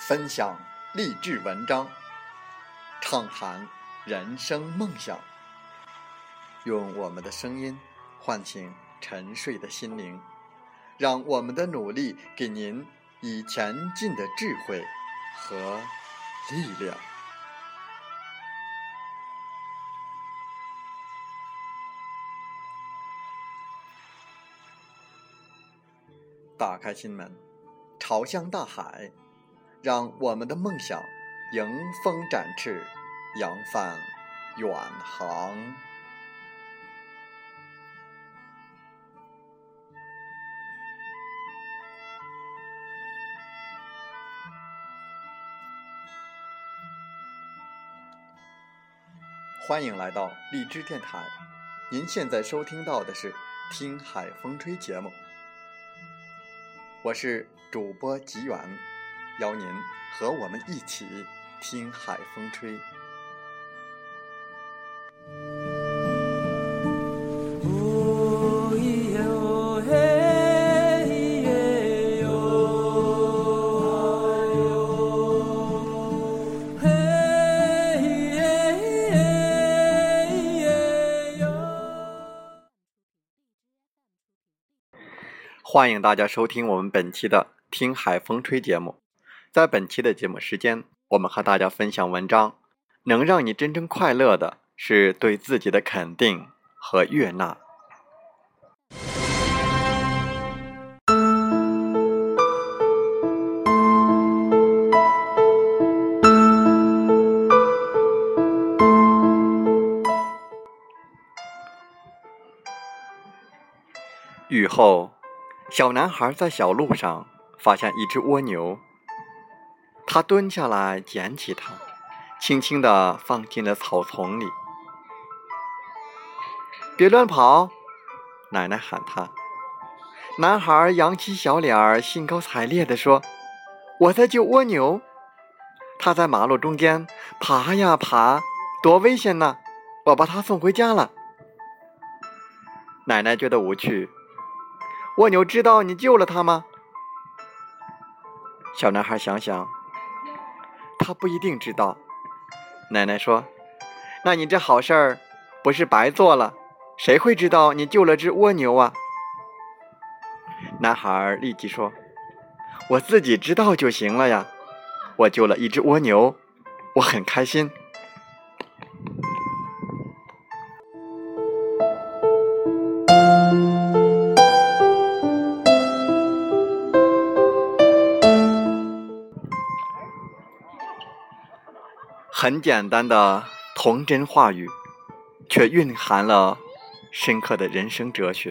分享励志文章，畅谈人生梦想，用我们的声音唤醒沉睡的心灵，让我们的努力给您以前进的智慧和力量。打开心门，朝向大海，让我们的梦想迎风展翅，扬帆远航。欢迎来到荔枝电台，您现在收听到的是听海风吹节目，我是主播吉远，邀您和我们一起听海风吹。欢迎大家收听我们本期的听海风吹节目。在本期的节目时间，我们和大家分享文章，能让你真正快乐的是对自己的肯定和悦纳。雨后，小男孩在小路上发现一只蜗牛，他蹲下来捡起它，轻轻地放进了草丛里。别乱跑，奶奶喊他。男孩扬起小脸儿，兴高采烈地说：我在救蜗牛，它在马路中间爬呀爬，多危险呢，我把它送回家了。奶奶觉得无趣，蜗牛知道你救了它吗？小男孩想想，他不一定知道。奶奶说，那你这好事儿不是白做了，谁会知道你救了只蜗牛啊？男孩立即说，我自己知道就行了呀，我救了一只蜗牛，我很开心。很简单的童真话语，却蕴含了深刻的人生哲学。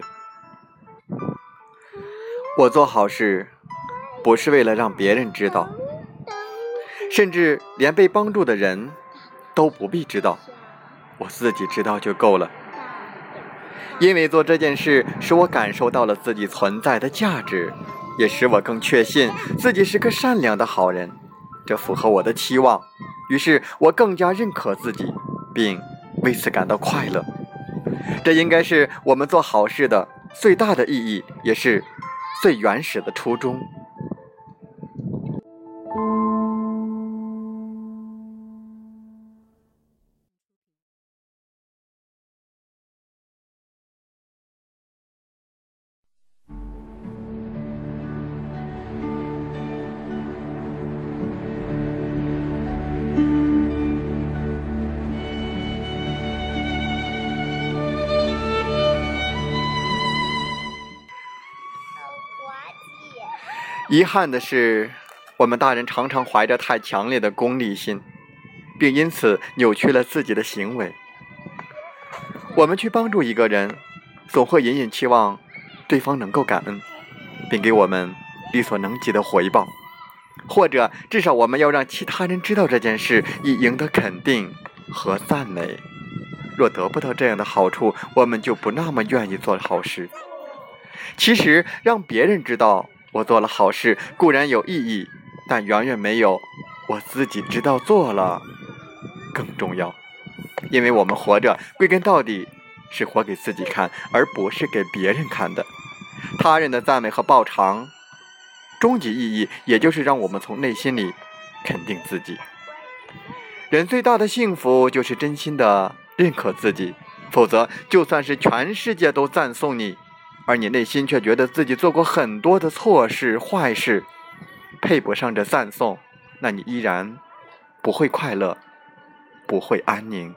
我做好事不是为了让别人知道，甚至连被帮助的人都不必知道，我自己知道就够了。因为做这件事使我感受到了自己存在的价值，也使我更确信自己是个善良的好人，这符合我的期望，于是我更加认可自己，并为此感到快乐。这应该是我们做好事的最大的意义，也是最原始的初衷。遗憾的是，我们大人常常怀着太强烈的功利心，并因此扭曲了自己的行为。我们去帮助一个人，总会隐隐期望对方能够感恩，并给我们力所能及的回报，或者至少我们要让其他人知道这件事，以赢得肯定和赞美。若得不到这样的好处，我们就不那么愿意做好事。其实让别人知道我做了好事固然有意义，但远远没有我自己知道做了更重要。因为我们活着归根到底是活给自己看，而不是给别人看的。他人的赞美和报偿终极意义也就是让我们从内心里肯定自己。人最大的幸福就是真心的认可自己，否则就算是全世界都赞颂你，而你内心却觉得自己做过很多的错事坏事，配不上这赞颂，那你依然不会快乐，不会安宁。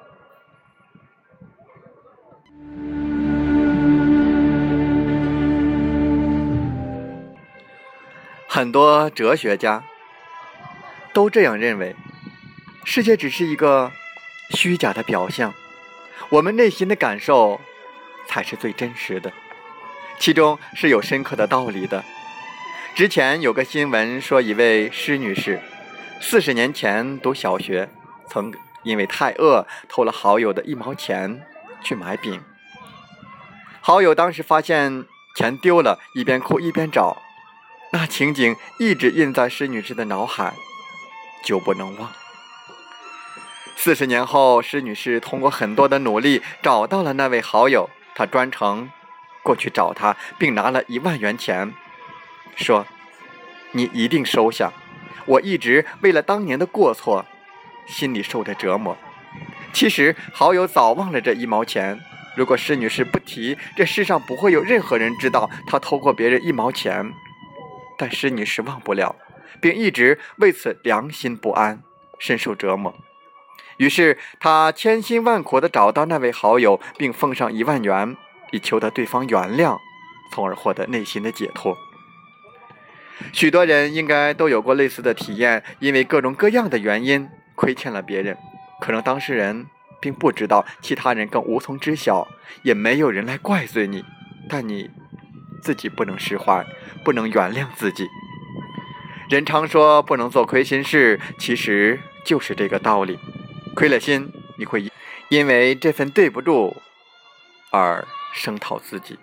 很多哲学家都这样认为，世界只是一个虚假的表象，我们内心的感受才是最真实的，其中是有深刻的道理的。之前有个新闻说，一位施女士40年前读小学，曾因为太饿偷了好友的1毛钱去买饼。好友当时发现钱丢了，一边哭一边找，那情景一直印在施女士的脑海，久不能忘。40年后，施女士通过很多的努力找到了那位好友，她专程过去找他，并拿了1万元钱，说：“你一定收下，我一直为了当年的过错，心里受着折磨。”其实好友早忘了这1毛钱，如果施女士不提，这世上不会有任何人知道她偷过别人1毛钱。但施女士忘不了，并一直为此良心不安，深受折磨。于是她千辛万苦地找到那位好友，并奉上1万元，以求得对方原谅，从而获得内心的解脱。许多人应该都有过类似的体验，因为各种各样的原因亏欠了别人，可能当事人并不知道，其他人更无从知晓，也没有人来怪罪你，但你自己不能释怀，不能原谅自己。人常说不能做亏心事，其实就是这个道理。亏了心，你会因为这份对不住而声讨自己。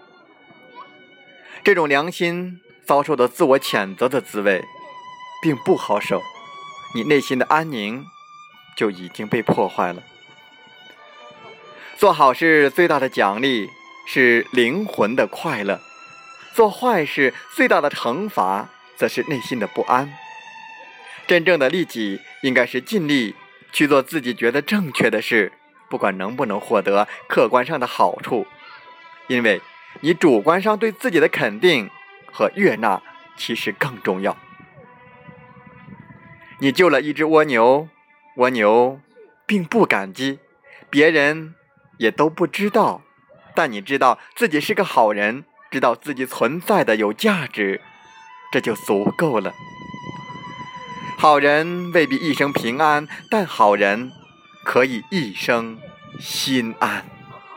这种良心遭受的自我谴责的滋味并不好受，你内心的安宁就已经被破坏了。做好事最大的奖励是灵魂的快乐，做坏事最大的惩罚则是内心的不安。真正的利己应该是尽力去做自己觉得正确的事，不管能不能获得客观上的好处，因为你主观上对自己的肯定和悦纳其实更重要。你救了一只蜗牛，蜗牛并不感激，别人也都不知道，但你知道自己是个好人，知道自己存在的有价值，这就足够了。好人未必一生平安，但好人可以一生心安。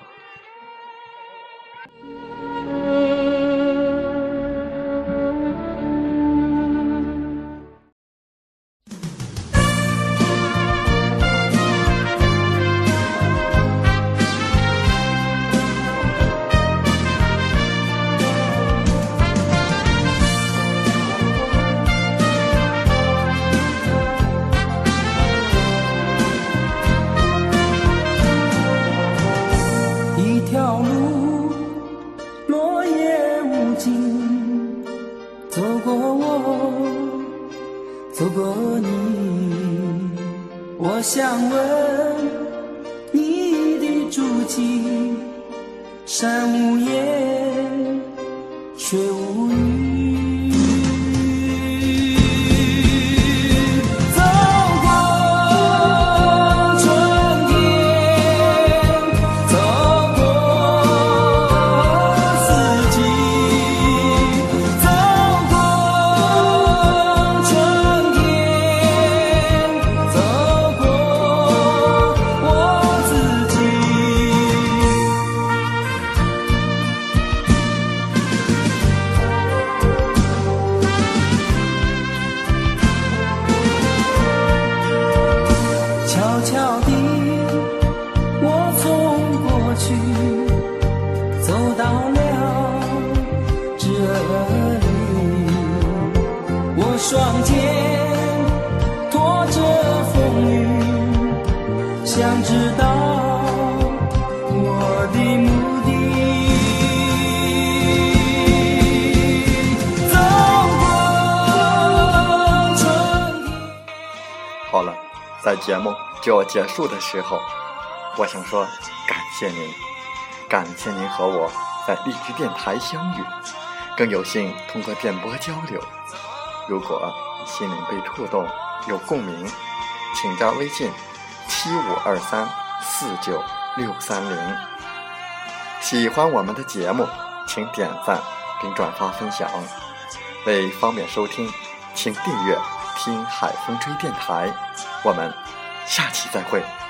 我想问你的足迹，山无言，水无语。走过春天，走过四季，走过春天，走过我自己。 节目就要结束的时候，我想说感谢您，感谢您和我在荔枝电台相遇，更有幸通过电波交流。如果心灵被触动，有共鸣，请加微信7523496630。喜欢我们的节目，请点赞并转发分享。为方便收听，请订阅听海风吹电台。我们下期再会。